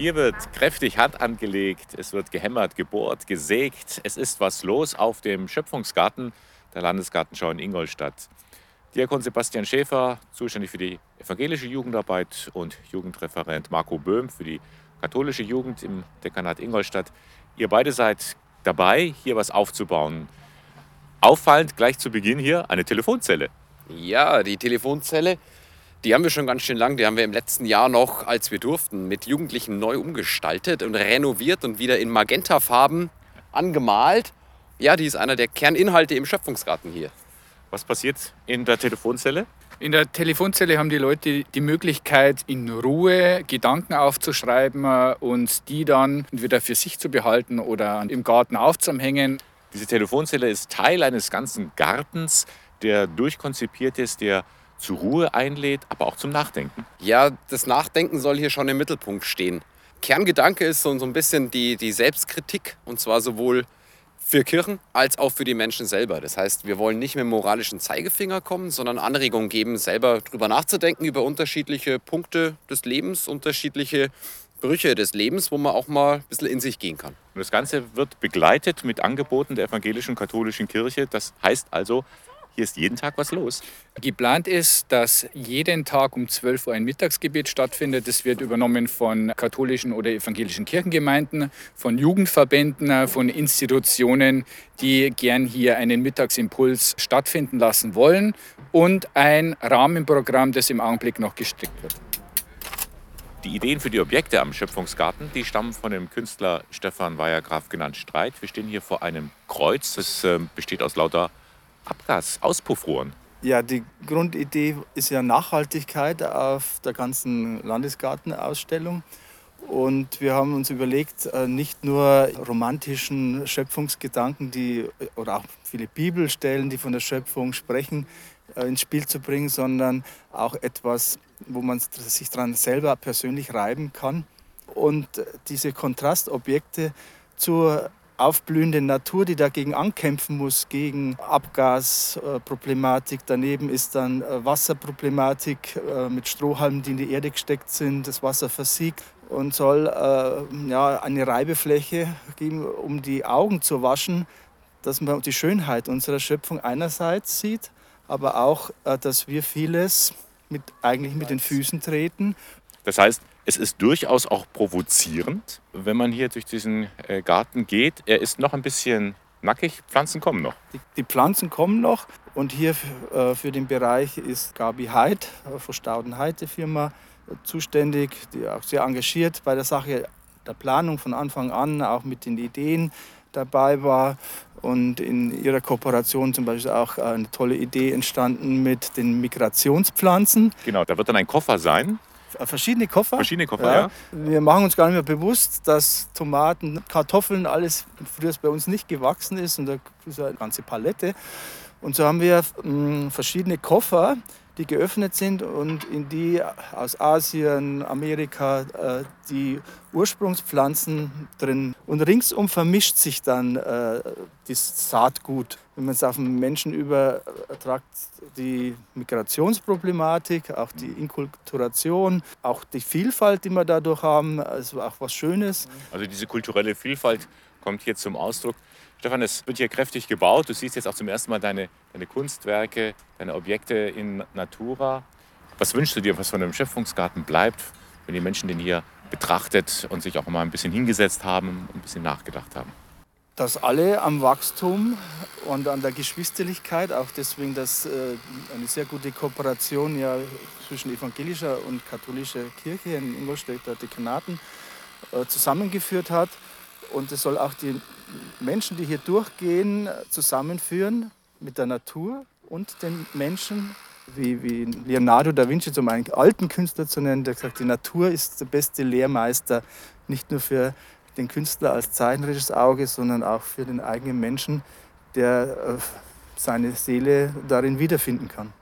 Hier wird kräftig Hand angelegt, es wird gehämmert, gebohrt, gesägt. Es ist was los auf dem Schöpfungsgarten der Landesgartenschau in Ingolstadt. Diakon Sebastian Schäfer, zuständig für die evangelische Jugendarbeit, und Jugendreferent Marco Böhm für die katholische Jugend im Dekanat Ingolstadt. Ihr beide seid dabei, hier was aufzubauen. Auffallend gleich zu Beginn hier eine Telefonzelle. Ja, die Telefonzelle, die haben wir schon ganz schön lang. Die haben wir im letzten Jahr noch, als wir durften, mit Jugendlichen neu umgestaltet und renoviert und wieder in Magentafarben angemalt. Ja, die ist einer der Kerninhalte im Schöpfungsgarten hier. Was passiert in der Telefonzelle? In der Telefonzelle haben die Leute die Möglichkeit, in Ruhe Gedanken aufzuschreiben und die dann entweder für sich zu behalten oder im Garten aufzuhängen. Diese Telefonzelle ist Teil eines ganzen Gartens, der durchkonzipiert ist, der zur Ruhe einlädt, aber auch zum Nachdenken. Ja, das Nachdenken soll hier schon im Mittelpunkt stehen. Kerngedanke ist so ein bisschen die Selbstkritik, und zwar sowohl für Kirchen als auch für die Menschen selber. Das heißt, wir wollen nicht mit dem moralischen Zeigefinger kommen, sondern Anregungen geben, selber drüber nachzudenken, über unterschiedliche Punkte des Lebens, unterschiedliche Brüche des Lebens, wo man auch mal ein bisschen in sich gehen kann. Und das Ganze wird begleitet mit Angeboten der evangelischen katholischen Kirche. Das heißt also, hier ist jeden Tag was los. Geplant ist, dass jeden Tag um 12 Uhr ein Mittagsgebet stattfindet. Das wird übernommen von katholischen oder evangelischen Kirchengemeinden, von Jugendverbänden, von Institutionen, die gern hier einen Mittagsimpuls stattfinden lassen wollen, und ein Rahmenprogramm, das im Augenblick noch gestrickt wird. Die Ideen für die Objekte am Schöpfungsgarten, die stammen von dem Künstler Stefan Weiergraf, genannt Streit. Wir stehen hier vor einem Kreuz, das besteht aus lauter Abgas-Auspuffrohren. Ja, die Grundidee ist ja Nachhaltigkeit auf der ganzen Landesgartenausstellung. Und wir haben uns überlegt, nicht nur romantischen Schöpfungsgedanken, oder auch viele Bibelstellen, die von der Schöpfung sprechen, ins Spiel zu bringen, sondern auch etwas, wo man sich dran selber persönlich reiben kann. Und diese Kontrastobjekte zur aufblühende Natur, die dagegen ankämpfen muss, gegen Abgasproblematik. Daneben ist dann Wasserproblematik mit Strohhalmen, die in die Erde gesteckt sind. Das Wasser versiegt und soll eine Reibefläche geben, um die Augen zu waschen, dass man die Schönheit unserer Schöpfung einerseits sieht, aber auch, dass wir vieles eigentlich mit den Füßen treten. Das heißt, es ist durchaus auch provozierend, wenn man hier durch diesen Garten geht. Er ist noch ein bisschen nackig, Pflanzen kommen noch. Die Pflanzen kommen noch, und hier für den Bereich ist Gabi Heid von Staudenheit, die Firma, zuständig, die auch sehr engagiert bei der Sache der Planung von Anfang an, auch mit den Ideen dabei war. Und in ihrer Kooperation zum Beispiel auch eine tolle Idee entstanden mit den Migrationspflanzen. Genau, da wird dann ein Koffer sein. Verschiedene Koffer. Verschiedene Koffer, ja. Wir machen uns gar nicht mehr bewusst, dass Tomaten, Kartoffeln, alles früher bei uns nicht gewachsen ist. Und da ist eine ganze Palette. Und so haben wir verschiedene Koffer, die geöffnet sind und in die aus Asien, Amerika die Ursprungspflanzen drin. Und ringsum vermischt sich dann das Saatgut. Wenn man es auf den Menschen übertragt, die Migrationsproblematik, auch die Inkulturation, auch die Vielfalt, die wir dadurch haben, also auch was Schönes. Also diese kulturelle Vielfalt kommt hier zum Ausdruck. Stefan, es wird hier kräftig gebaut. Du siehst jetzt auch zum ersten Mal deine Kunstwerke, deine Objekte in Natura. Was wünschst du dir, was von dem Schöpfungsgarten bleibt, wenn die Menschen den hier betrachtet und sich auch mal ein bisschen hingesetzt haben und ein bisschen nachgedacht haben? Dass alle am Wachstum und an der Geschwisterlichkeit, auch deswegen, dass eine sehr gute Kooperation ja zwischen evangelischer und katholischer Kirche in Ingolstädter Dekanaten zusammengeführt hat. Und es soll auch die Menschen, die hier durchgehen, zusammenführen mit der Natur und den Menschen, wie Leonardo da Vinci, zum einen alten Künstler zu nennen, der gesagt hat, die Natur ist der beste Lehrmeister, nicht nur für den Künstler als zeichnerisches Auge, sondern auch für den eigenen Menschen, der seine Seele darin wiederfinden kann.